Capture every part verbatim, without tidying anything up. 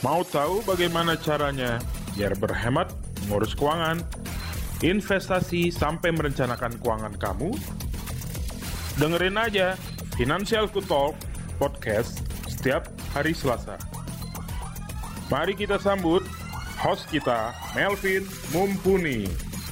Mau tahu bagaimana caranya biar berhemat, mengurus keuangan, investasi sampai merencanakan keuangan kamu? Dengerin aja Financialku Talk Podcast setiap hari Selasa. Mari kita sambut host kita, Melvin Mumpuni.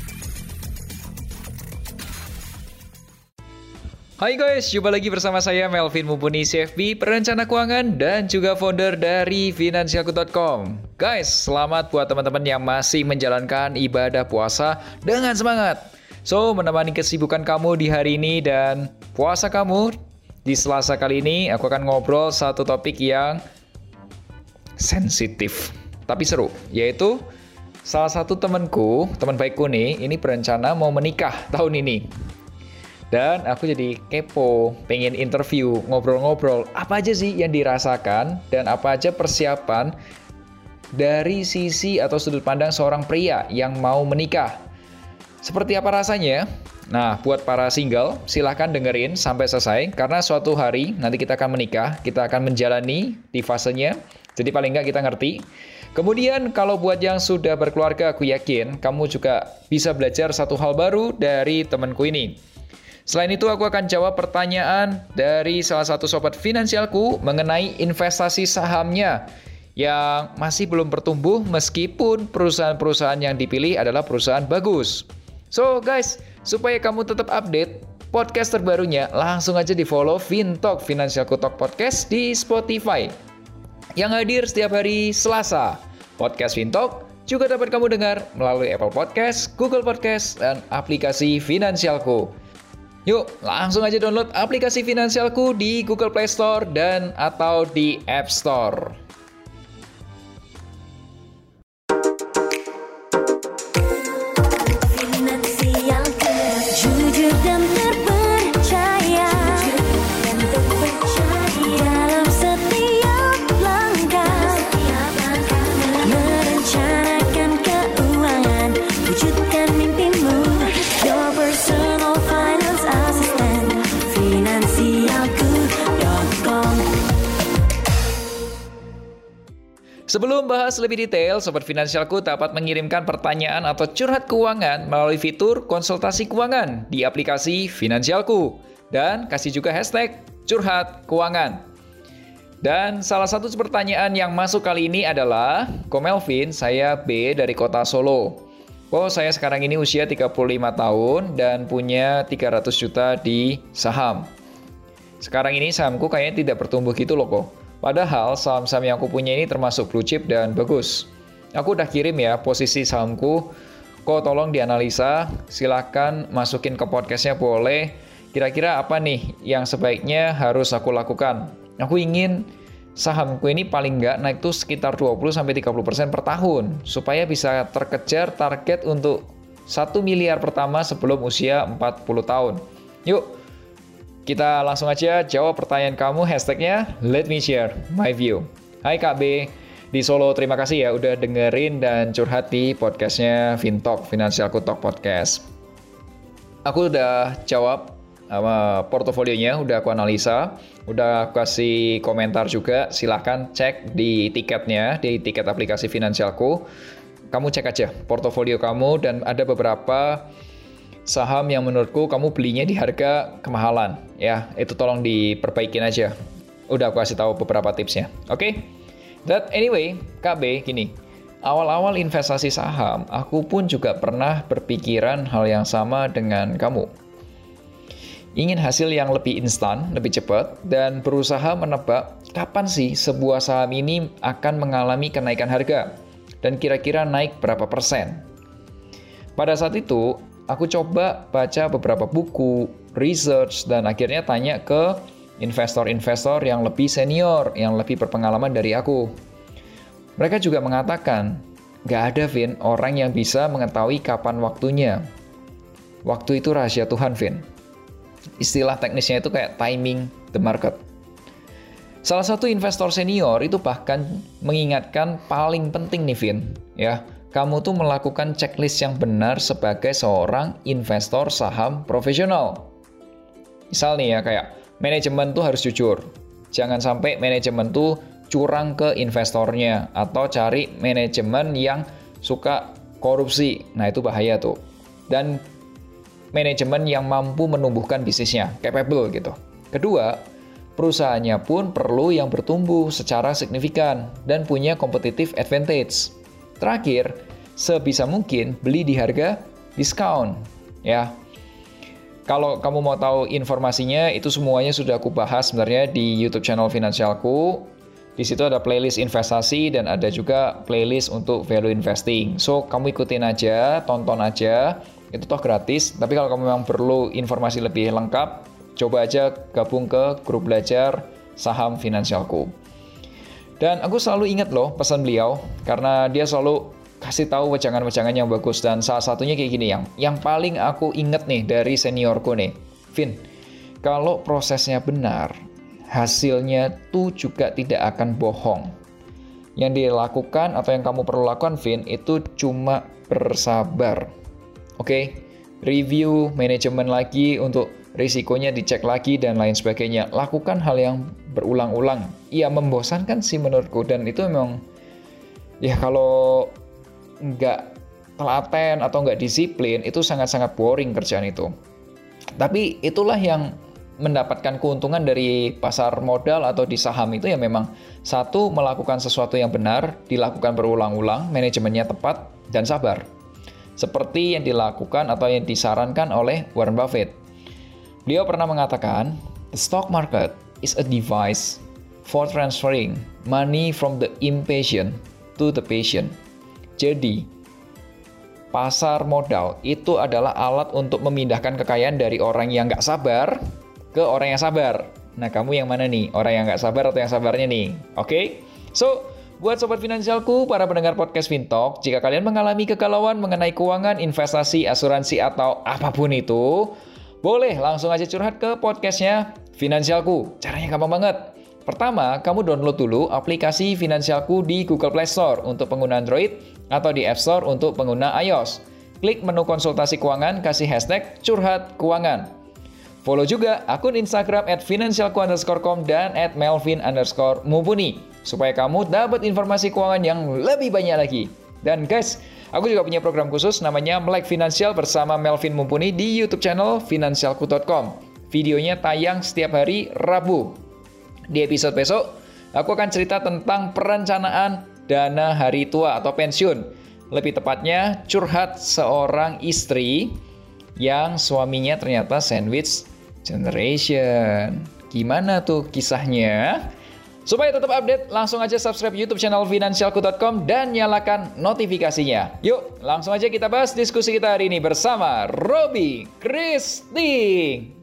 Hai guys, jumpa lagi bersama saya Melvin Mumpuni, C F P, perencana keuangan dan juga founder dari Financialku dot com. Guys, selamat buat teman-teman yang masih menjalankan ibadah puasa dengan semangat. So, menemani kesibukan kamu di hari ini dan puasa kamu di Selasa kali ini, aku akan ngobrol satu topik yang sensitif tapi seru, yaitu salah satu temanku, teman baikku nih, ini berencana mau menikah tahun ini. Dan aku jadi kepo, pengen interview, ngobrol-ngobrol, apa aja sih yang dirasakan dan apa aja persiapan dari sisi atau sudut pandang seorang pria yang mau menikah. Seperti apa rasanya? Nah, buat para single, silahkan dengerin sampai selesai, karena suatu hari nanti kita akan menikah, kita akan menjalani di fasenya, jadi paling nggak kita ngerti. Kemudian kalau buat yang sudah berkeluarga, aku yakin kamu juga bisa belajar satu hal baru dari temanku ini. Selain itu, aku akan jawab pertanyaan dari salah satu sobat finansialku mengenai investasi sahamnya yang masih belum bertumbuh meskipun perusahaan-perusahaan yang dipilih adalah perusahaan bagus. So guys, supaya kamu tetap update podcast terbarunya, langsung aja di follow FinTalk Financialku Talk Podcast di Spotify yang hadir setiap hari Selasa. Podcast FinTalk juga dapat kamu dengar melalui Apple Podcast, Google Podcast, dan aplikasi Finansialku. Yuk, langsung aja download aplikasi Finansialku di Google Play Store dan atau di App Store. Jujur dan terpercaya dalam setiap langkah, merencanakan keuangan, wujudkan mimpimu. Your personal finance assistant, Financialku dot com. Sebelum bahas lebih detail, Sobat Finansialku dapat mengirimkan pertanyaan atau curhat keuangan melalui fitur konsultasi keuangan di aplikasi Finansialku. Dan kasih juga hashtag curhat keuangan. Dan salah satu pertanyaan yang masuk kali ini adalah, Ko Melvin, saya B dari kota Solo. Oh, saya sekarang ini usia tiga puluh lima tahun dan punya tiga ratus juta di saham. Sekarang ini sahamku kayaknya tidak bertumbuh gitu loh kok. Padahal saham-saham yang aku punya ini termasuk blue chip dan bagus. Aku udah kirim ya posisi sahamku. Kok tolong dianalisa, silakan masukin ke podcastnya boleh. Kira-kira apa nih yang sebaiknya harus aku lakukan? Aku ingin sahamku ini paling nggak naik tuh sekitar dua puluh sampai tiga puluh persen per tahun. Supaya bisa terkejar target untuk satu miliar pertama sebelum usia empat puluh tahun. Yuk! Kita langsung aja jawab pertanyaan kamu, hashtagnya let me share my view. Hai Kak B di Solo, terima kasih ya udah dengerin dan curhat di podcastnya FinTalk, Financialku Talk Podcast. Aku udah jawab sama portofolionya, udah aku analisa, udah aku kasih komentar juga. Silahkan cek di tiketnya, di tiket aplikasi Financialku. Kamu cek aja portofolio kamu dan ada beberapa saham yang menurutku kamu belinya di harga kemahalan, ya itu tolong diperbaikin aja. Udah aku kasih tahu beberapa tipsnya, oke? Okay? That anyway, K B gini, awal-awal investasi saham, aku pun juga pernah berpikiran hal yang sama dengan kamu. Ingin hasil yang lebih instan, lebih cepat, dan berusaha menebak kapan sih sebuah saham ini akan mengalami kenaikan harga, dan kira-kira naik berapa persen. Pada saat itu, aku coba baca beberapa buku, research, dan akhirnya tanya ke investor-investor yang lebih senior, yang lebih berpengalaman dari aku. Mereka juga mengatakan, gak ada, Vin, orang yang bisa mengetahui kapan waktunya. Waktu itu rahasia Tuhan, Vin. Istilah teknisnya itu kayak timing the market. Salah satu investor senior itu bahkan mengingatkan paling penting nih, Vin, ya. Kamu tuh melakukan checklist yang benar sebagai seorang investor saham profesional. Misal nih ya, kayak manajemen tuh harus jujur. Jangan sampai manajemen tuh curang ke investornya atau cari manajemen yang suka korupsi. Nah, itu bahaya tuh. Dan manajemen yang mampu menumbuhkan bisnisnya, capable gitu. Kedua, perusahaannya pun perlu yang bertumbuh secara signifikan dan punya competitive advantage. Terakhir, sebisa mungkin beli di harga diskon, ya. Kalau kamu mau tahu informasinya, itu semuanya sudah aku bahas sebenarnya di YouTube channel Finansialku. Di situ ada playlist investasi dan ada juga playlist untuk value investing. So, kamu ikutin aja, tonton aja. Itu toh gratis. Tapi kalau kamu memang perlu informasi lebih lengkap, coba aja gabung ke grup belajar saham Finansialku. Dan aku selalu ingat loh pesan beliau, karena dia selalu kasih tahu wejangan-wejangan yang bagus. Dan salah satunya kayak gini, yang yang paling aku inget nih dari seniorku nih, Vin, kalau prosesnya benar, hasilnya tuh juga tidak akan bohong. Yang dilakukan atau yang kamu perlu lakukan, Vin, itu cuma bersabar. Oke, okay? Review manajemen lagi untuk risikonya dicek lagi dan lain sebagainya. Lakukan hal yang berulang-ulang. Iya, membosankan sih menurutku, dan itu memang ya kalau nggak telaten atau nggak disiplin, itu sangat-sangat boring kerjaan itu. Tapi itulah yang mendapatkan keuntungan dari pasar modal atau di saham itu, ya memang satu, melakukan sesuatu yang benar, dilakukan berulang-ulang, manajemennya tepat, dan sabar. Seperti yang dilakukan atau yang disarankan oleh Warren Buffett. Beliau pernah mengatakan, the stock market is a device for transferring money from the impatient to the patient. Jadi, pasar modal itu adalah alat untuk memindahkan kekayaan dari orang yang nggak sabar ke orang yang sabar. Nah, kamu yang mana nih? Orang yang nggak sabar atau yang sabarnya nih? Oke? Okay? So, buat Sobat Finansialku, para pendengar podcast Fintalk, jika kalian mengalami kegalauan mengenai keuangan, investasi, asuransi, atau apapun itu, boleh langsung aja curhat ke podcastnya Finansialku. Caranya gampang banget. Pertama, kamu download dulu aplikasi Finansialku di Google Play Store untuk pengguna Android atau di App Store untuk pengguna iOS. Klik menu konsultasi keuangan, kasih hashtag curhat keuangan. Follow juga akun Instagram at finansialku underscore com dan at melvin underscore mumpuni supaya kamu dapat informasi keuangan yang lebih banyak lagi. Dan guys, aku juga punya program khusus namanya Melek Finansial bersama Melvin Mumpuni di YouTube channel finansialku dot com. Videonya tayang setiap hari Rabu. Di episode besok, aku akan cerita tentang perencanaan dana hari tua atau pensiun. Lebih tepatnya, curhat seorang istri yang suaminya ternyata sandwich generation. Gimana tuh kisahnya? Supaya tetap update, langsung aja subscribe YouTube channel finansialku dot com dan nyalakan notifikasinya. Yuk, langsung aja kita bahas diskusi kita hari ini bersama Robby Christie.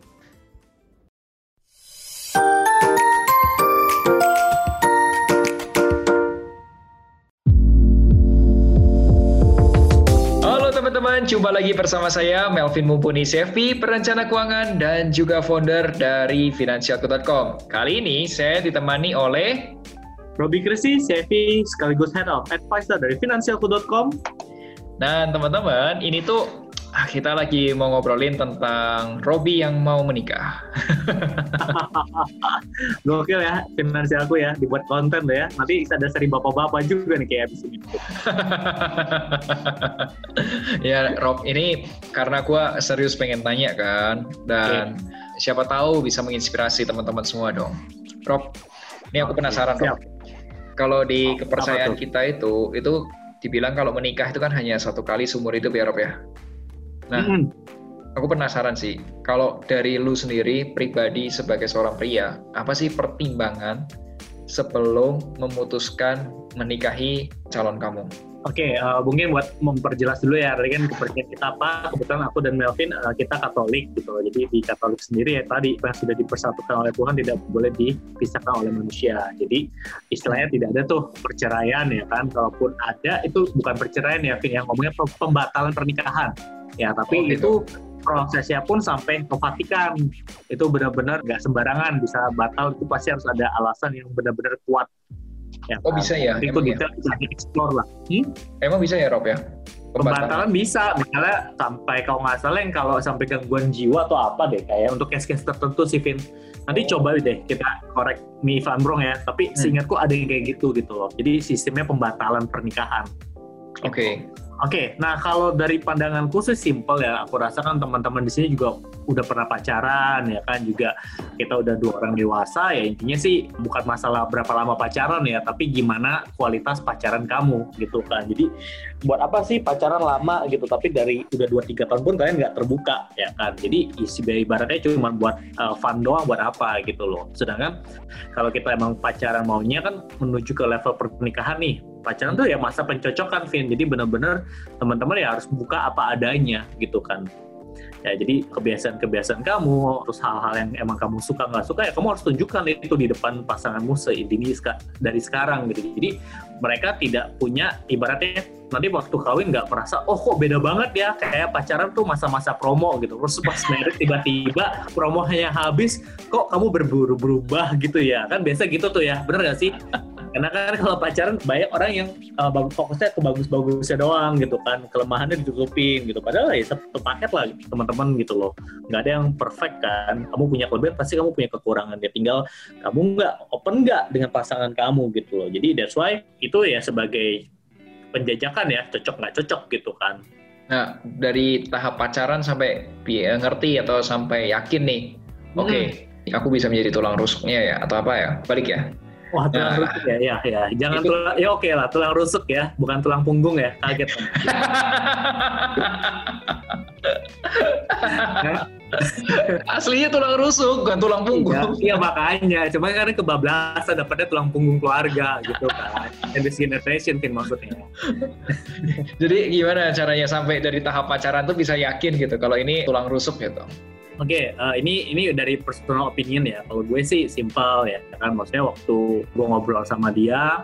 Teman-teman, jumpa lagi bersama saya Melvin Mumpuni, C F P, perencana keuangan dan juga founder dari finansialku dot com. Kali ini saya ditemani oleh Robby Christie, C F P sekaligus Head of Advisor dari finansialku dot com. Dan teman-teman, ini tuh ah, kita lagi mau ngobrolin tentang Robby yang mau menikah. Gokil ya, finansialku ya, dibuat konten deh ya. Nanti ada seri bapak-bapak juga nih kayak abis ini. Ya Rob, ini karena gue serius pengen tanya kan, dan okay, siapa tahu bisa menginspirasi teman-teman semua dong. Rob, ini aku penasaran Rob. Kalau di kepercayaan kita itu, itu dibilang kalau menikah itu kan hanya satu kali seumur hidup ya Rob ya. Nah, mm-hmm. aku penasaran sih, kalau dari lu sendiri pribadi sebagai seorang pria, apa sih pertimbangan sebelum memutuskan menikahi calon kamu? Oke, okay, uh, mungkin buat memperjelas dulu ya, tadi kan kepercayaan kita apa, kebetulan aku dan Melvin, uh, kita Katolik gitu, jadi di Katolik sendiri ya tadi, yang sudah dipersatukan oleh Tuhan tidak boleh dipisahkan oleh manusia, jadi istilahnya tidak ada tuh perceraian ya kan, kalaupun ada itu bukan perceraian ya, yang ngomongnya pembatalan pernikahan, ya tapi oh, gitu. Itu prosesnya pun sampai ke Vatikan, itu benar-benar nggak sembarangan bisa batal, itu pasti harus ada alasan yang benar-benar kuat. Ya, oh bisa ya? Itu kita bisa explore lah. Hmm? Emang bisa ya Rob ya? Pembatalan bisa, misalnya sampai kalau nggak salah yang kalau sampai gangguan jiwa atau apa deh, kayak untuk case-case tertentu sih Vin. Nanti oh. coba deh kita korek me if I'm wrong ya, tapi hmm. seingatku ada yang kayak gitu gitu loh. Jadi sistemnya pembatalan pernikahan. Oke. Okay. Oke, okay, nah kalau dari pandanganku sih simple ya. Aku rasa kan teman-teman di sini juga udah pernah pacaran ya kan, juga kita udah dua orang dewasa ya. Intinya sih bukan masalah berapa lama pacaran ya, tapi gimana kualitas pacaran kamu gitu kan. Jadi buat apa sih pacaran lama gitu, tapi dari udah dua tiga tahun pun kalian nggak terbuka ya kan. Jadi isi ibaratnya cuma buat uh, fun doang, buat apa gitu loh. Sedangkan kalau kita emang pacaran maunya kan menuju ke level pernikahan nih. Pacaran tuh ya masa pencocokan, Vin. Jadi benar-benar teman-teman ya harus buka apa adanya gitu kan. Ya jadi kebiasaan-kebiasaan kamu, terus hal-hal yang emang kamu suka nggak suka ya kamu harus tunjukkan itu di depan pasanganmu sedini dari sekarang gitu. Jadi mereka tidak punya, ibaratnya nanti waktu kawin nggak merasa oh kok beda banget ya, kayak pacaran tuh masa-masa promo gitu. Terus pas married tiba-tiba promonya habis, kok kamu berburu berubah gitu ya kan, biasa gitu tuh ya, bener nggak sih? Karena kan kalau pacaran banyak orang yang uh, fokusnya ke bagus-bagusnya doang gitu kan, kelemahannya ditutupin gitu. Padahal ya satu paket lah teman-teman gitu loh. Nggak ada yang perfect kan. Kamu punya kelebihan pasti kamu punya kekurangan. Ya tinggal kamu nggak open nggak dengan pasangan kamu gitu loh. Jadi that's why itu ya sebagai penjajakan ya, cocok nggak cocok gitu kan. Nah dari tahap pacaran sampai ngerti atau sampai yakin nih, oke okay, hmm. aku bisa menjadi tulang rusuknya ya atau apa ya, balik ya. Wah, tulang nah, rusuk ya, ya, ya. Jangan itu... tulang, ya oke okay lah, tulang rusuk ya, bukan tulang punggung ya, kaget. Aslinya tulang rusuk, bukan tulang punggung. Iya, ya, makanya, cuma kan kebablasan dapatnya tulang punggung keluarga gitu kan. And this generation kan maksudnya. Jadi gimana caranya sampai dari tahap pacaran tuh bisa yakin gitu, kalau ini tulang rusuk gitu? Oke, okay, uh, ini ini dari personal opinion ya. Kalau gue sih simple ya, kan maksudnya waktu gue ngobrol sama dia,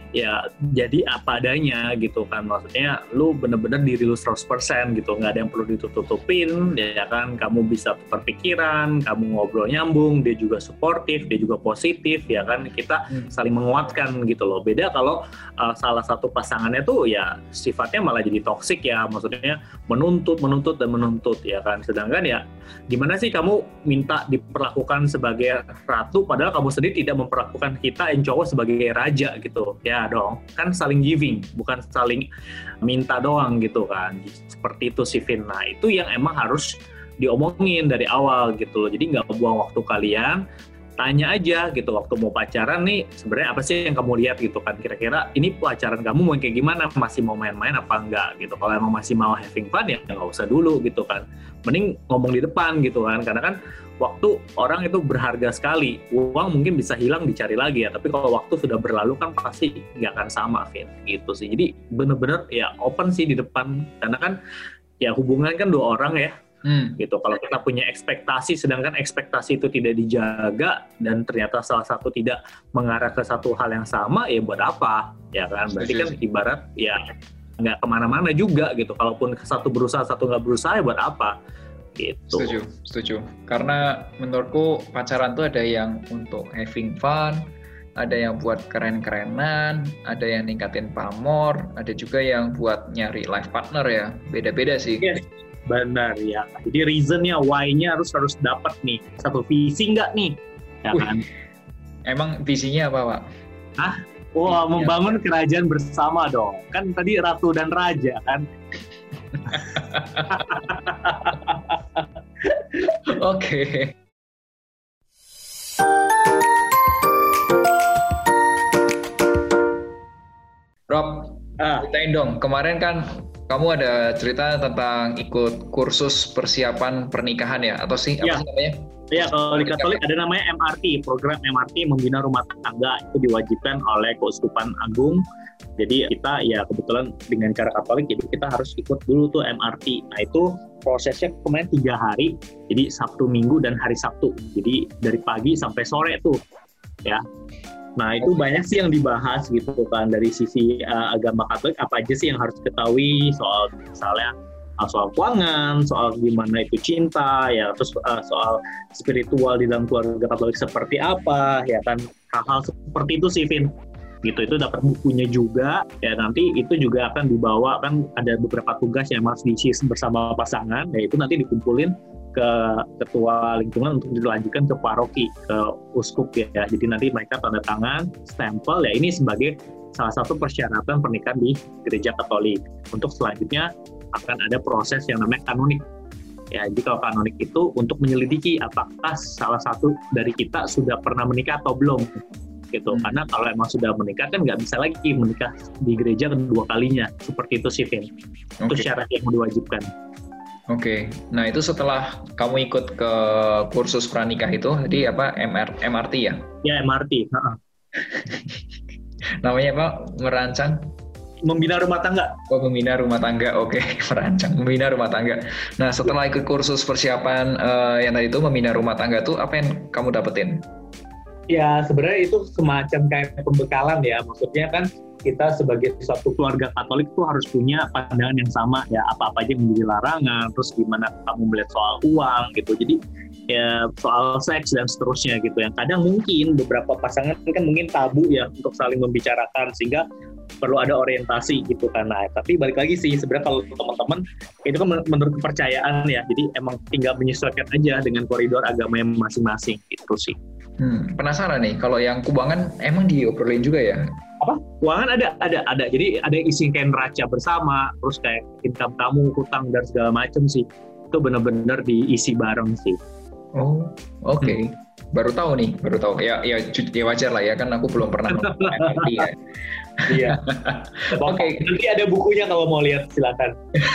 ya jadi apa adanya gitu kan. Maksudnya lu bener-bener diri lu seratus persen gitu, nggak ada yang perlu ditutup-tutupin, ya kan. Kamu bisa tukar pikiran, kamu ngobrol nyambung, dia juga suportif, dia juga positif, ya kan. Kita hmm. saling menguatkan gitu loh. Beda kalau uh, salah satu pasangannya tuh ya sifatnya malah jadi toksik ya, maksudnya menuntut, menuntut dan menuntut ya kan. Sedangkan ya gimana sih kamu minta diperlakukan sebagai ratu padahal kamu sendiri tidak memperlakukan kita yang cowok sebagai raja gitu ya dong, kan saling giving bukan saling minta doang gitu kan, seperti itu sih Vin. Nah itu yang emang harus diomongin dari awal gitu loh, jadi nggak buang waktu kalian. Tanya aja gitu waktu mau pacaran nih sebenarnya apa sih yang kamu lihat gitu kan, kira-kira ini pacaran kamu mau kayak gimana, masih mau main-main apa enggak gitu. Kalau emang masih mau having fun ya nggak usah dulu gitu kan, mending ngomong di depan gitu kan, karena kan waktu orang itu berharga sekali. Uang mungkin bisa hilang dicari lagi ya, tapi kalau waktu sudah berlalu kan pasti nggak akan sama Vin gitu sih. Jadi bener-bener ya open sih di depan, karena kan ya hubungan kan dua orang ya. Hmm. Gitu. Kalau kita punya ekspektasi, sedangkan ekspektasi itu tidak dijaga dan ternyata salah satu tidak mengarah ke satu hal yang sama, ya buat apa? Ya kan, berarti kan ibarat ya nggak kemana-mana juga gitu. Kalaupun satu berusaha, satu nggak berusaha, ya buat apa? Gitu. Setuju, setuju. Karena menurutku pacaran tuh ada yang untuk having fun, ada yang buat keren-kerenan, ada yang ningkatin pamor, ada juga yang buat nyari life partner ya. Beda-beda sih. Yes. Benar ya. Jadi reasonnya, why-nya harus harus dapat nih. Satu visi nggak nih? Ya kan? Emang visinya apa, Pak? Hah? Wah, oh, membangun kerajaan bersama dong. Kan tadi ratu dan raja kan? Oke. Rob, ah. ceritain dong. Kemarin kan kamu ada cerita tentang ikut kursus persiapan pernikahan ya? Atau sih, apa ya. sih namanya? Iya, kalau di Katolik ada namanya M R T, program M R T Membina Rumah Tangga. Itu diwajibkan oleh Keuskupan Agung. Jadi kita ya kebetulan dengan cara Katolik, jadi kita harus ikut dulu tuh M R T. Nah itu prosesnya kemarin tiga hari, jadi Sabtu, Minggu, dan hari Sabtu. Jadi dari pagi sampai sore tuh, ya. Nah itu okay. banyak sih yang dibahas gitu kan dari sisi uh, agama Katolik, apa aja sih yang harus diketahui soal misalnya uh, soal keuangan, soal gimana itu cinta, ya terus uh, soal spiritual di dalam keluarga Katolik seperti apa, ya kan hal-hal seperti itu sih Vin. gitu. Itu dapat bukunya juga ya, nanti itu juga akan dibawa, kan ada beberapa tugas yang harus diisi bersama pasangan ya, itu nanti dikumpulin ke ketua lingkungan untuk dilanjutkan ke paroki, ke uskup ya. Jadi nanti mereka tanda tangan, stempel ya, ini sebagai salah satu persyaratan pernikahan di gereja Katolik. Untuk selanjutnya akan ada proses yang namanya kanonik. Ya, jadi kalau kanonik itu untuk menyelidiki apakah salah satu dari kita sudah pernah menikah atau belum, gitu. Hmm. Karena kalau emang sudah menikah kan nggak bisa lagi menikah di gereja kedua kalinya. Seperti itu sih, Vin. Okay. Itu syarat yang diwajibkan. Oke, okay. Nah itu setelah kamu ikut ke kursus pranikah itu, jadi apa M R, M R T ya? Ya M R T. Namanya apa? Merancang? Membina rumah tangga. Oh, membina rumah tangga. Oke, okay. Merancang, membina rumah tangga. Nah, setelah ikut kursus persiapan uh, yang tadi itu membina rumah tangga tuh, apa yang kamu dapetin? Ya, sebenarnya itu semacam kayak pembekalan ya. Maksudnya kan kita sebagai suatu keluarga Katolik tuh harus punya pandangan yang sama ya, apa-apa aja yang menjadi larangan, terus gimana kamu melihat soal uang gitu. Jadi ya soal seks dan seterusnya gitu. Yang kadang mungkin beberapa pasangan kan mungkin tabu ya untuk saling membicarakan, sehingga perlu ada orientasi gitu kan. Nah, tapi balik lagi sih sebenarnya kalau teman-teman itu kan menurut kepercayaan ya, jadi emang tinggal menyesuaikan aja dengan koridor agama yang masing-masing gitu sih. Hmm, penasaran nih, kalau yang keuangan emang diobrolin juga ya? Apa? Keuangan ada, ada, ada. Jadi ada yang isi kayak neraca bersama, terus kayak income kamu, hutang dan segala macam sih. Itu benar-benar diisi bareng sih. Oh, oke. Okay. Hmm. Baru tahu nih, baru tahu. Ya, ya, ya wajar lah ya, kan aku belum pernah nonton M R T ya. Iya. Oke, okay. Nanti ada bukunya kalau mau lihat, silakan.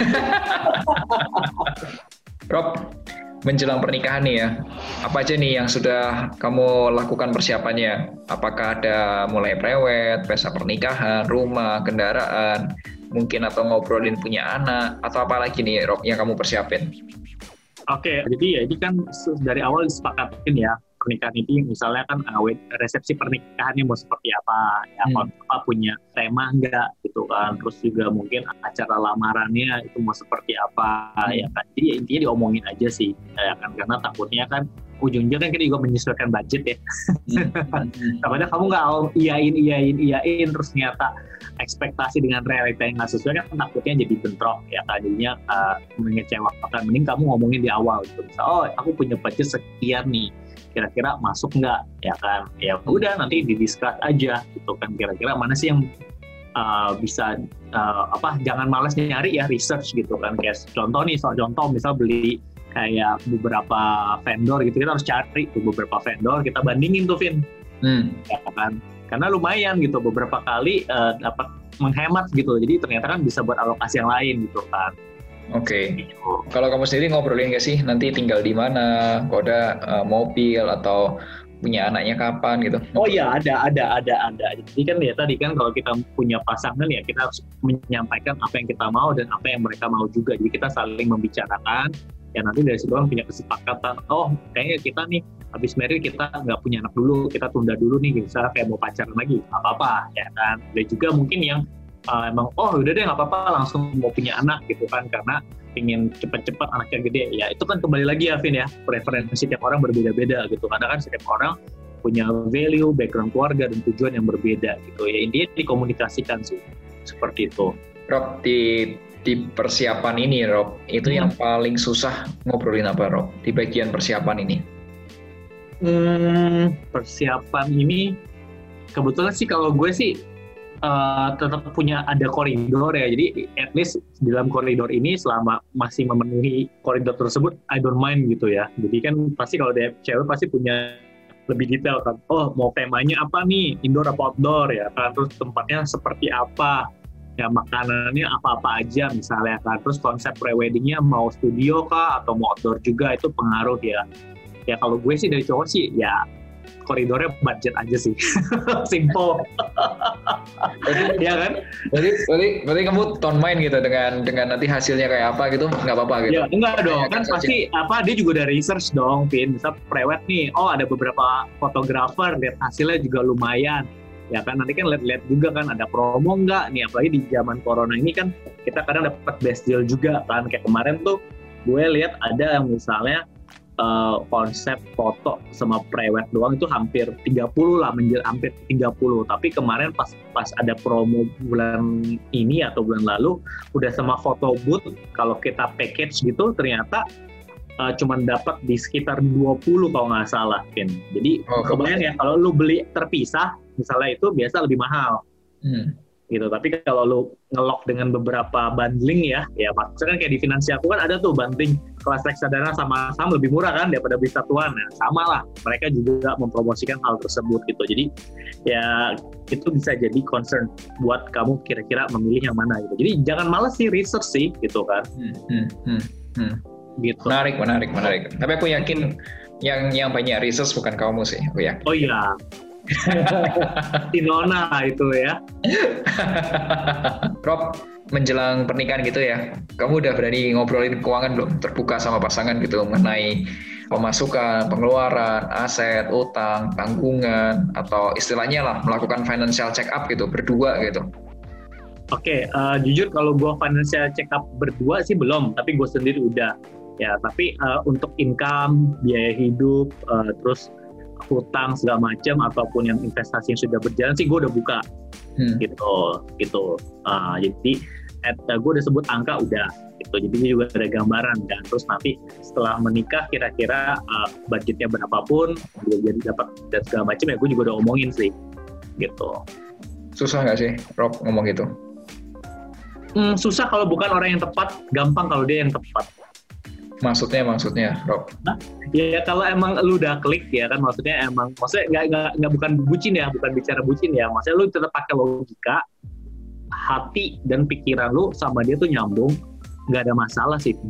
Rob, menjelang pernikahan nih ya, apa aja nih yang sudah kamu lakukan persiapannya? Apakah ada mulai prewed, pesta pernikahan, rumah, kendaraan, mungkin atau ngobrolin punya anak, atau apa lagi nih Rob yang kamu persiapin? Oke, okay, jadi ya ini kan dari awal disepakatin ya, pernikahan ini misalnya kan resepsi pernikahannya mau seperti apa, ya hmm. apa punya tema enggak gitu kan, terus juga mungkin acara lamarannya itu mau seperti apa, hmm. ya kan. Jadi ya, intinya diomongin aja sih, ya kan, karena takutnya kan ujung-ujungnya kan kita juga menyesuaikan budget ya. Hmm. Takutnya kamu nggak iyain, iyain, iyain, terus ternyata ekspektasi dengan realita yang nggak sesuai kan takutnya jadi bentrok ya kan, jadinya uh, mengecewakan. Mending kamu ngomongin di awal gitu, misal, oh aku punya budget sekian nih, kira-kira masuk nggak ya kan, ya udah nanti didiskus aja gitu kan, kira-kira mana sih yang uh, bisa uh, apa, jangan malas nyari ya, research gitu kan. Kayak contoh nih, soal contoh misal beli kayak beberapa vendor gitu, kita harus cari tuh beberapa vendor, kita bandingin tuh Vin, hmm. ya kan, karena lumayan gitu beberapa kali uh, dapat menghemat gitu, jadi ternyata kan bisa buat alokasi yang lain gitu kan. Oke. Okay. Gitu. Kalau kamu sendiri ngobrolin nggak sih nanti tinggal di mana, koda uh, mobil atau punya anaknya kapan gitu? Oh iya, ada, ada, ada, ada. Jadi kan ya tadi kan kalau kita punya pasangan ya kita harus menyampaikan apa yang kita mau dan apa yang mereka mau juga. Jadi kita saling membicarakan. Ya nanti dari situ kan punya kesepakatan. Oh kayaknya kita nih habis married kita nggak punya anak dulu, kita tunda dulu nih, misalnya kayak mau pacaran lagi, apa-apa ya kan. Dan juga mungkin yang Uh, emang oh udah deh nggak apa-apa langsung mau punya anak gitu kan, karena ingin cepat-cepat anaknya gede ya. Itu kan kembali lagi ya Vin ya, preferensi tiap orang berbeda-beda gitu, karena kan setiap orang punya value, background keluarga dan tujuan yang berbeda gitu ya. Intinya dikomunikasikan sih seperti itu. Rob, di di persiapan ini Rob, itu hmm. yang paling susah ngobrolin apa Rob di bagian persiapan ini? Hmm, persiapan ini kebetulan sih kalau gue sih Uh, tetap punya ada koridor ya, jadi at least dalam koridor ini selama masih memenuhi koridor tersebut I don't mind gitu ya. Jadi kan pasti kalau dia cewek pasti punya lebih detail kan, oh mau temanya apa nih, indoor apa outdoor ya kan, terus tempatnya seperti apa ya, makanannya apa-apa aja misalnya kan, terus konsep pre-weddingnya mau studio kah atau mau outdoor juga, itu pengaruh ya. Ya kalau gue sih dari cowok sih ya koridornya budget aja sih. Simple. Ya kan? Berarti, berarti, berarti kamu tone mind gitu dengan dengan nanti hasilnya kayak apa gitu, nggak apa-apa gitu? Ya enggak dong, kan pasti apa, dia juga ada research dong, Vin. Misal prewed nih, oh ada beberapa fotografer, lihat hasilnya juga lumayan. Ya kan, nanti kan lihat-lihat juga kan ada promo nggak nih, apalagi di zaman corona ini kan kita kadang dapat best deal juga kan. Kayak kemarin tuh gue lihat ada yang misalnya uh, konsep foto sama prewed doang itu hampir tiga puluh lah, menjel hampir tiga puluh. Tapi kemarin pas pas ada promo bulan ini atau bulan lalu udah sama foto booth, kalau kita package gitu ternyata uh, cuman dapat di sekitar dua puluh kalau nggak salah, Vin. Jadi oh, kebayang ya kalau lu beli terpisah misalnya itu biasa lebih mahal. Hmm. Gitu. Tapi kalau lu ngelok dengan beberapa bundling ya, ya maksudnya kan kayak di Finansialku kan ada tuh bundling kelas reksadana sama saham lebih murah kan daripada beli satuan. Nah, sama lah, mereka juga mempromosikan hal tersebut gitu. Jadi ya itu bisa jadi concern buat kamu kira-kira memilih yang mana gitu. Jadi jangan malas sih research sih gitu kan. Hmm, hmm, hmm, hmm. Gitu. Menarik, menarik, menarik. Tapi aku yakin yang yang banyak research bukan kamu sih, aku yakin. Oh iya. Tinona itu ya. Rob, menjelang pernikahan gitu ya, kamu udah berani ngobrolin keuangan belum? Terbuka sama pasangan gitu mengenai pemasukan, pengeluaran, aset, utang, tanggungan, atau istilahnya lah melakukan financial check up gitu berdua gitu. Oke, okay, uh, jujur kalau gue financial check up berdua sih belum, tapi gue sendiri udah. Ya, tapi uh, untuk income, biaya hidup, uh, terus hutang segala macam ataupun yang investasi yang sudah berjalan sih gue udah buka. Hmm. gitu gitu uh, jadi at, uh, gue udah sebut angka udah gitu, jadi ini juga ada gambaran kan. Terus nanti setelah menikah kira-kira uh, budgetnya berapapun gue jadi dapat dan segala macam ya gue juga udah omongin sih gitu. Susah nggak sih Rob ngomong gitu? Hmm, susah kalau bukan orang yang tepat, gampang kalau dia yang tepat. Maksudnya, maksudnya, Rob? Nah, ya kalau emang lu udah klik ya kan, maksudnya emang, maksudnya nggak nggak nggak bukan bucin ya, bukan bicara bucin ya, maksudnya lu tetap pakai logika, hati dan pikiran lu sama dia tuh nyambung, nggak ada masalah sih.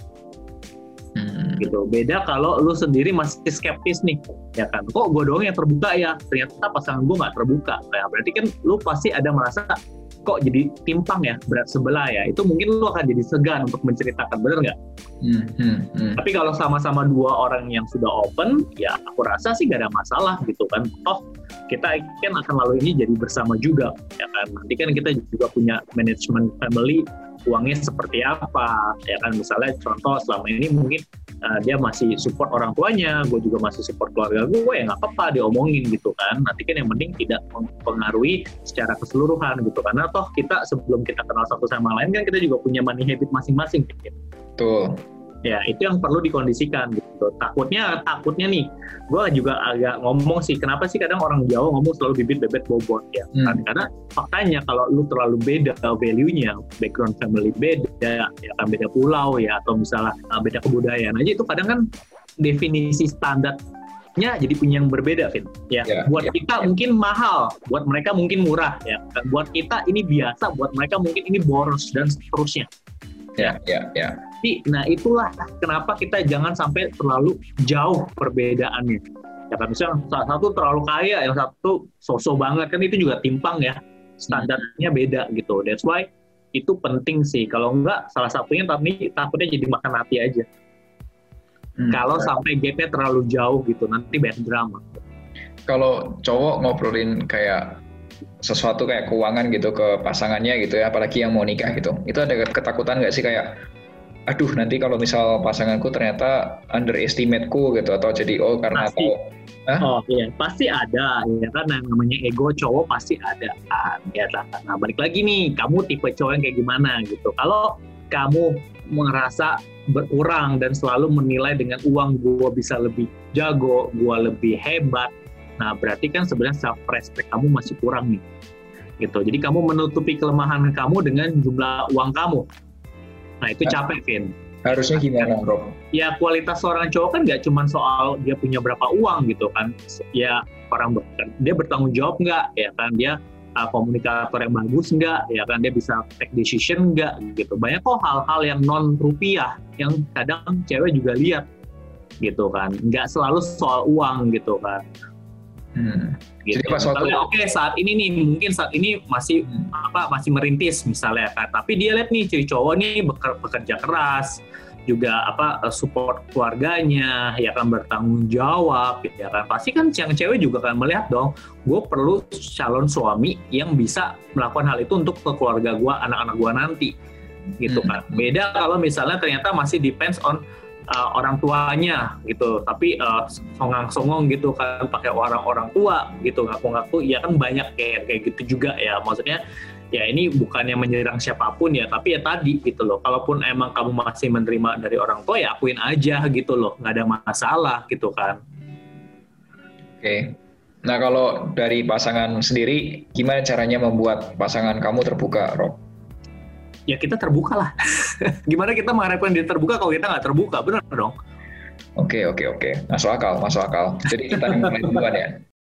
Hmm. Gitu. Beda kalau lu sendiri masih skeptis nih, ya kan? Kok gue doang yang terbuka ya? Ternyata pasangan gue nggak terbuka. Nah, berarti kan lu pasti ada merasa kok jadi timpang ya, berat sebelah ya. Itu mungkin lu akan jadi segan untuk menceritakan, bener nggak? Hmm, hmm, hmm. Tapi kalau sama-sama dua orang yang sudah open, ya aku rasa sih nggak ada masalah gitu kan. Toh kita kan akan lalu ini jadi bersama juga, ya kan? Nanti kan kita juga punya manajemen family, uangnya seperti apa, ya kan? Misalnya contoh selama ini mungkin uh, dia masih support orang tuanya, gue juga masih support keluarga gue, ya nggak apa-apa diomongin gitu kan. Nanti kan yang penting tidak mempengaruhi secara keseluruhan gitu, karena toh kita sebelum kita kenal satu sama lain kan kita juga punya money habit masing-masing gitu. Betul. Ya itu yang perlu dikondisikan gitu. Takutnya takutnya nih, gue juga agak ngomong sih, kenapa sih kadang orang Jawa ngomong selalu bibit bebet bobot ya? Hmm. Karena faktanya kalau lu terlalu beda value-nya, background family beda, ya kan beda pulau ya, atau misalnya beda kebudayaan aja, itu kadang kan definisi standarnya jadi punya yang berbeda, Vin. Ya, yeah, buat yeah, kita yeah. mungkin mahal, buat mereka mungkin murah ya. Buat kita ini biasa, buat mereka mungkin ini boros dan seterusnya. Ya, ya, ya. Nah itulah kenapa kita jangan sampai terlalu jauh perbedaannya. Ya kan misalnya salah satu terlalu kaya, yang satu sosok banget kan itu juga timpang ya. Standarnya beda gitu. That's why itu penting sih. Kalau enggak salah satunya tapi takutnya jadi makan hati aja. Hmm. Kalau sampai gapnya terlalu jauh gitu, nanti banyak drama. Kalau cowok ngobrolin kayak sesuatu kayak keuangan gitu ke pasangannya gitu ya, apalagi yang mau nikah gitu, itu ada ketakutan nggak sih kayak, aduh nanti kalau misal pasanganku ternyata underestimate-ku gitu, atau jadi oh karena pasti. tahu, Hah? Oh iya pasti ada ya kan, yang namanya ego cowok pasti ada kan ya. Nah balik lagi nih, kamu tipe cowok yang kayak gimana gitu. Kalau kamu merasa berkurang dan selalu menilai dengan uang gue bisa lebih jago, gue lebih hebat, nah berarti kan sebenarnya self respect kamu masih kurang nih gitu. Jadi kamu menutupi kelemahan kamu dengan jumlah uang kamu. Nah itu capek, Vin. Harusnya gimana, Bro? Ya kualitas seorang cowok kan nggak cuma soal dia punya berapa uang gitu kan. Ya orang ber- dia bertanggung jawab nggak, ya kan, dia uh, komunikator yang bagus nggak, ya kan, dia bisa take decision nggak gitu. Banyak kok hal-hal yang non rupiah yang kadang cewek juga lihat gitu kan. Nggak selalu soal uang gitu kan. Hmm. Gitu. Jadi pas waktu oke okay, saat ini nih mungkin saat ini masih hmm. apa masih merintis misalnya kan, tapi dia lihat nih cewek cowok nih bekerja keras juga, apa support keluarganya, ya kan, bertanggung jawab ya kan, pasti kan yang cewek juga kan melihat dong, gue perlu calon suami yang bisa melakukan hal itu untuk ke keluarga gue, anak-anak gue nanti gitu hmm. kan. Beda kalau misalnya ternyata masih depends on uh, orang tuanya gitu, tapi uh, songang-songong gitu kan, pakai orang-orang tua gitu, ngaku-ngaku, ya kan banyak kayak kayak gitu juga ya. Maksudnya ya ini bukannya menyerang siapapun ya, tapi ya tadi gitu loh, kalaupun emang kamu masih menerima dari orang tua ya akuin aja gitu loh, nggak ada masalah gitu kan. Oke. Nah, kalau dari pasangan sendiri, gimana caranya membuat pasangan kamu terbuka, Rob? Ya kita terbuka lah. Gimana kita mengharapkan dia terbuka kalau kita nggak terbuka, benar dong? Oke, oke, oke. Masuk akal, masuk akal. Jadi kita yang mulai duluan ya.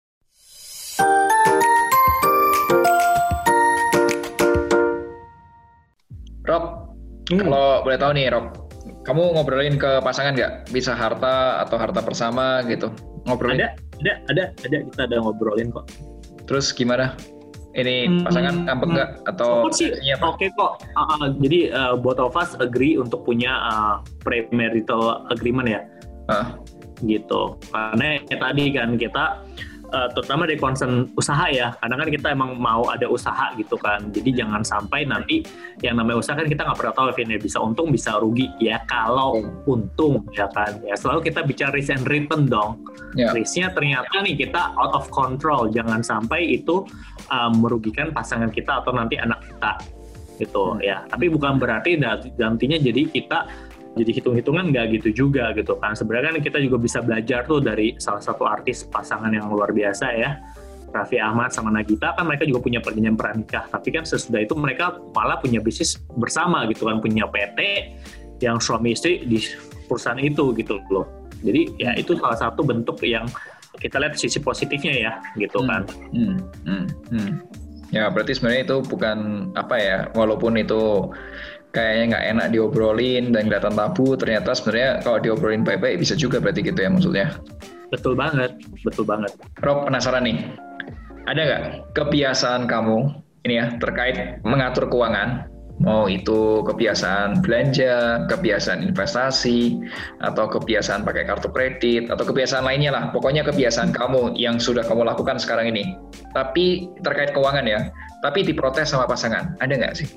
Rob, hmm. kalau boleh tahu nih, Rob, kamu ngobrolin ke pasangan nggak? Bisa harta atau harta bersama gitu? Ngobrolin? Ada, ada, ada, ada. Kita ada ngobrolin kok. Terus gimana? Ini hmm, pasangan ngambek nggak? Hmm, atau sih? Oke okay kok. Uh, uh, jadi uh, both of us agree untuk punya uh, premarital agreement ya. Uh. Gitu. Karena ya, tadi kan kita Uh, terutama dari concern usaha ya, karena kan kita emang mau ada usaha gitu kan, jadi jangan sampai nanti yang namanya usaha kan kita nggak pernah tahu Vin, ya bisa untung bisa rugi ya. Kalau untung ya kan ya selalu kita bicara risk and return dong. Yeah. Risknya ternyata nih kita out of control, jangan sampai itu uh, merugikan pasangan kita atau nanti anak kita gitu hmm. ya. Tapi bukan berarti nantinya jadi kita jadi hitung-hitungan nggak gitu juga gitu kan. Sebenarnya kan kita juga bisa belajar tuh dari salah satu artis pasangan yang luar biasa ya, Raffi Ahmad sama Nagita, kan mereka juga punya perjanjian pranikah, tapi kan sesudah itu mereka malah punya bisnis bersama gitu kan, punya P T yang suami istri di perusahaan itu gitu loh. Jadi ya itu salah satu bentuk yang kita lihat sisi positifnya ya gitu hmm. kan. Hmm. Hmm. Hmm. Ya berarti sebenarnya itu bukan apa ya, walaupun itu kayaknya nggak enak diobrolin dan kelihatan tabu, ternyata sebenarnya kalau diobrolin baik-baik bisa juga, berarti gitu ya maksudnya. Betul banget, betul banget. Rob, penasaran nih, ada nggak kebiasaan kamu ini ya terkait mengatur keuangan, mau itu kebiasaan belanja, kebiasaan investasi, atau kebiasaan pakai kartu kredit, atau kebiasaan lainnya lah, pokoknya kebiasaan kamu yang sudah kamu lakukan sekarang ini, tapi terkait keuangan ya, tapi diprotes sama pasangan, ada nggak sih?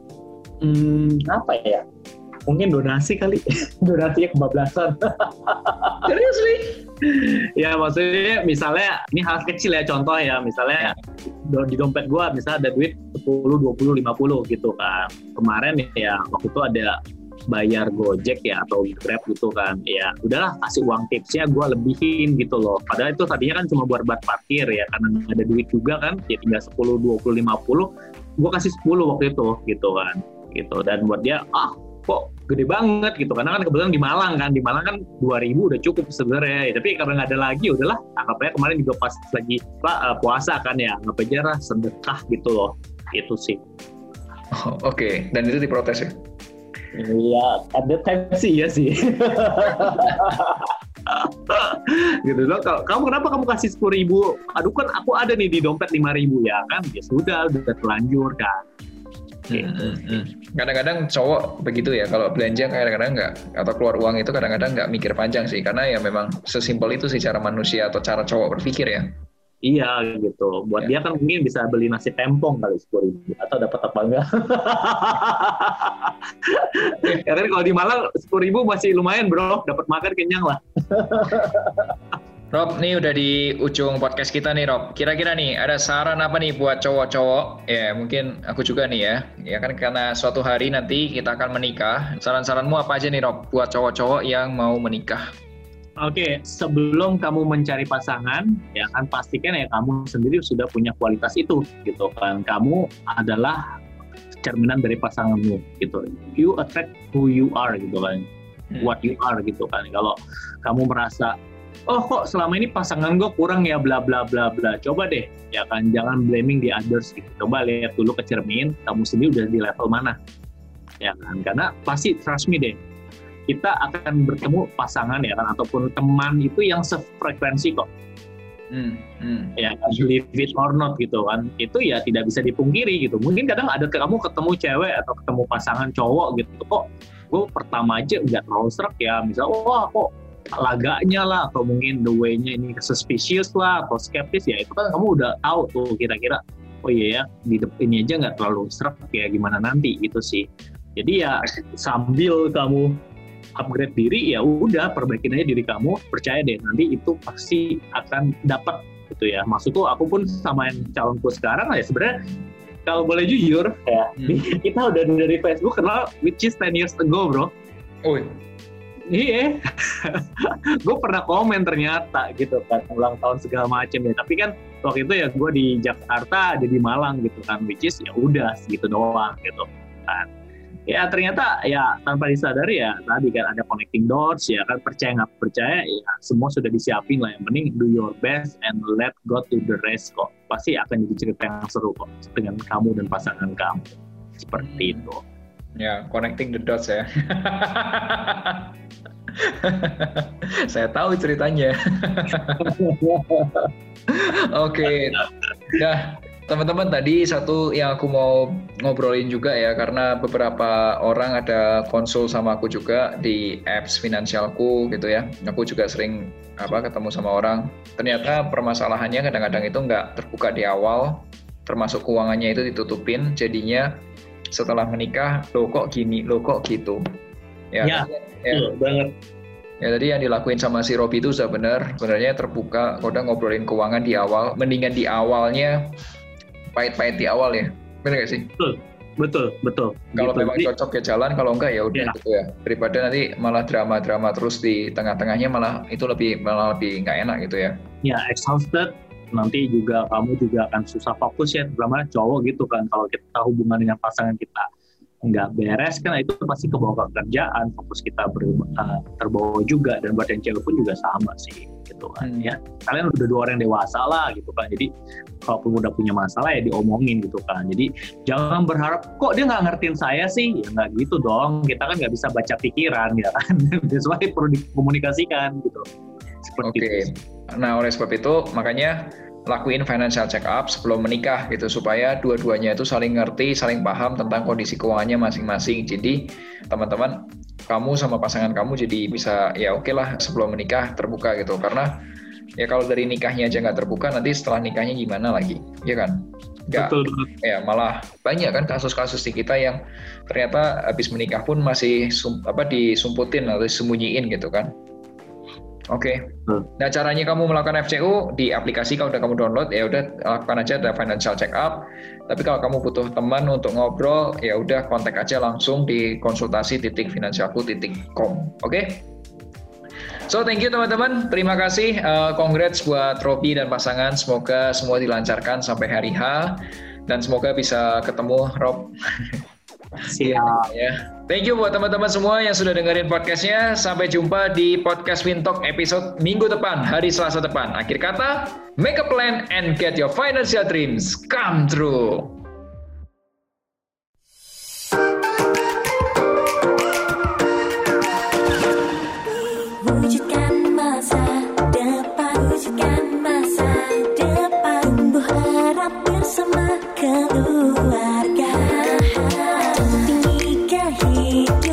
Hmm, apa ya? Mungkin donasi kali. Donasinya kebablasan. Serius nih? Ya maksudnya misalnya, ini hal kecil ya contoh ya. Misalnya di dompet gue misalnya ada duit sepuluh, dua puluh, lima puluh gitu kan. Kemarin ya waktu itu ada bayar Gojek ya atau Grab gitu kan. Ya udahlah kasih uang tipsnya gue lebihin gitu loh. Padahal itu tadinya kan cuma buat buat parkir ya. Karena nggak ada duit juga kan. Ya tinggal sepuluh, dua puluh, lima puluh. Gue kasih sepuluh waktu itu gitu kan. Gitu, dan buat dia ah kok gede banget gitu, karena kan kebetulan di Malang kan di Malang kan dua ribu udah cukup sebenarnya ya, tapi karena nggak ada lagi udahlah anggap aja kemarin juga pas lagi pak, uh, puasa kan ya anggap aja lah sedekah gitu loh, itu sih. Oh, oke, okay. Dan itu diprotes ya? Iya, at that time sih ya sih. Gitu loh, kamu kenapa kamu kasih sepuluh ribu, aduh kan aku ada nih di dompet lima ribu ya kan, ya sudah udah terlanjur kan. Hmm, hmm, hmm. Kadang-kadang cowok begitu ya, kalau belanja kadang-kadang nggak, atau keluar uang itu kadang-kadang nggak mikir panjang sih, karena ya memang sesimpel itu sih cara manusia atau cara cowok berpikir ya. Iya gitu, buat ya. Dia kan mungkin bisa beli nasi tempong kali sepuluh ribu, atau dapat apa enggak. Ya kan kalau di Malang sepuluh ribu masih lumayan bro, dapat makan kenyang lah. Rob, nih udah di ujung podcast kita nih Rob. Kira-kira nih ada saran apa nih buat cowok-cowok? Ya mungkin aku juga nih ya. Ya kan karena suatu hari nanti kita akan menikah. Saran-saranmu apa aja nih Rob buat cowok-cowok yang mau menikah? Oke, sebelum kamu mencari pasangan, ya kan pastikan ya kamu sendiri sudah punya kualitas itu, gitu kan. Kamu adalah cerminan dari pasanganmu, gitu. You attract who you are, gitu kan. Hmm. What you are, gitu kan. Kalau kamu merasa oh kok selama ini pasangan gue kurang ya bla bla bla bla, coba deh ya kan, jangan blaming the others gitu. Coba lihat dulu ke cermin kamu sendiri udah di level mana ya kan, karena pasti trust me deh, kita akan bertemu pasangan ya kan ataupun teman itu yang sefrekuensi kok. Hmm, hmm. Ya believe it or not gitu kan, itu ya tidak bisa dipungkiri gitu. Mungkin kadang ada kamu ketemu cewek atau ketemu pasangan cowok gitu, kok gue pertama aja nggak terlalu serak ya, misal wah kok laganya lah atau mungkin the way-nya ini suspicious lah atau skeptis, ya itu kan kamu udah tahu tuh kira-kira oh iya ya di depan ini aja nggak terlalu serak ya gimana nanti gitu sih. Jadi ya sambil kamu upgrade diri, ya udah perbaikin aja diri kamu, percaya deh nanti itu pasti akan dapat gitu ya. Maksudku aku pun sama yang calonku sekarang ya sebenarnya kalau boleh jujur ya, hmm. kita udah dari Facebook kenal which is ten years ago bro. Oh iya, gue pernah komen ternyata gitu kan, ulang tahun segala macam ya. Tapi kan waktu itu ya gue di Jakarta, ada di Malang gitu kan, which is ya udah segitu doang gitu kan. Ya ternyata ya tanpa disadari ya tadi kan ada connecting dots ya kan, percaya nggak percaya ya semua sudah disiapin lah. Yang penting do your best and let God do the rest kok. Pasti akan jadi cerita yang seru kok dengan kamu dan pasangan kamu. Seperti itu. Ya, connecting the dots ya. Saya tahu ceritanya. Oke. Nah, teman-teman tadi satu yang aku mau ngobrolin juga ya, karena beberapa orang ada konsul sama aku juga di apps finansialku gitu ya. Aku juga sering apa ketemu sama orang. Ternyata permasalahannya kadang-kadang itu nggak terbuka di awal, termasuk keuangannya itu ditutupin. Jadinya setelah menikah, lo kok gini, lo kok gitu. Ya, ya, ya. Betul banget. Ya tadi yang dilakuin sama si Robi itu sudah benar. Sebenarnya terbuka, udah ngobrolin keuangan di awal. Mendingan di awalnya pahit-pahit di awal ya. Benar nggak sih? Betul, betul, betul. Kalau gitu. memang cocok ya jalan, kalau enggak ya udah ya. gitu ya. Daripada nanti malah drama-drama terus di tengah-tengahnya, malah itu lebih malah lebih nggak enak gitu ya. Ya, exhausted. Nanti juga kamu juga akan susah fokus ya, terutama cowok gitu kan. Kalau kita hubungan dengan pasangan kita nggak beres kan, itu pasti kebawa ke kerjaan, fokus kita ber, uh, terbawa juga. Dan buat yang cewek pun juga sama sih gitu kan. hmm. Ya kalian udah dua orang dewasa lah gitu kan, jadi kalaupun udah punya masalah ya diomongin gitu kan. Jadi jangan berharap kok dia nggak ngertiin saya sih, ya nggak gitu dong, kita kan nggak bisa baca pikiran ya kan. Sesuai perlu dikomunikasikan gitu. Seperti Oke. itu. Nah, oleh sebab itu makanya lakuin financial check up sebelum menikah gitu, supaya dua-duanya itu saling ngerti, saling paham tentang kondisi keuangannya masing-masing. Jadi teman-teman, kamu sama pasangan kamu jadi bisa ya oke lah sebelum menikah terbuka gitu. Karena ya kalau dari nikahnya aja nggak terbuka, nanti setelah nikahnya gimana lagi, ya kan? Nggak, betul, betul. Ya malah banyak kan kasus-kasus di kita yang ternyata habis menikah pun masih sum, apa disumputin atau disembunyiin gitu kan. Oke. Okay. Hmm. Nah, caranya kamu melakukan F C U di aplikasi kalau udah kamu download, ya udah lakukan aja ada financial check up. Tapi kalau kamu butuh teman untuk ngobrol, ya udah kontak aja langsung di konsultasi titik finansialku titik com. Oke? Okay? So, thank you teman-teman. Terima kasih. Uh, congrats buat Robi dan pasangan. Semoga semua dilancarkan sampai hari H dan semoga bisa ketemu Rob. Siap ya. Thank you buat teman-teman semua yang sudah dengerin podcastnya. Sampai jumpa di podcast Wintalk episode minggu depan, hari Selasa depan. Akhir kata, make a plan and get your financial dreams come true. Wujudkan masa depan, wujudkan masa depan, tumbuh harap bersama keluarga. Tinggikan hidup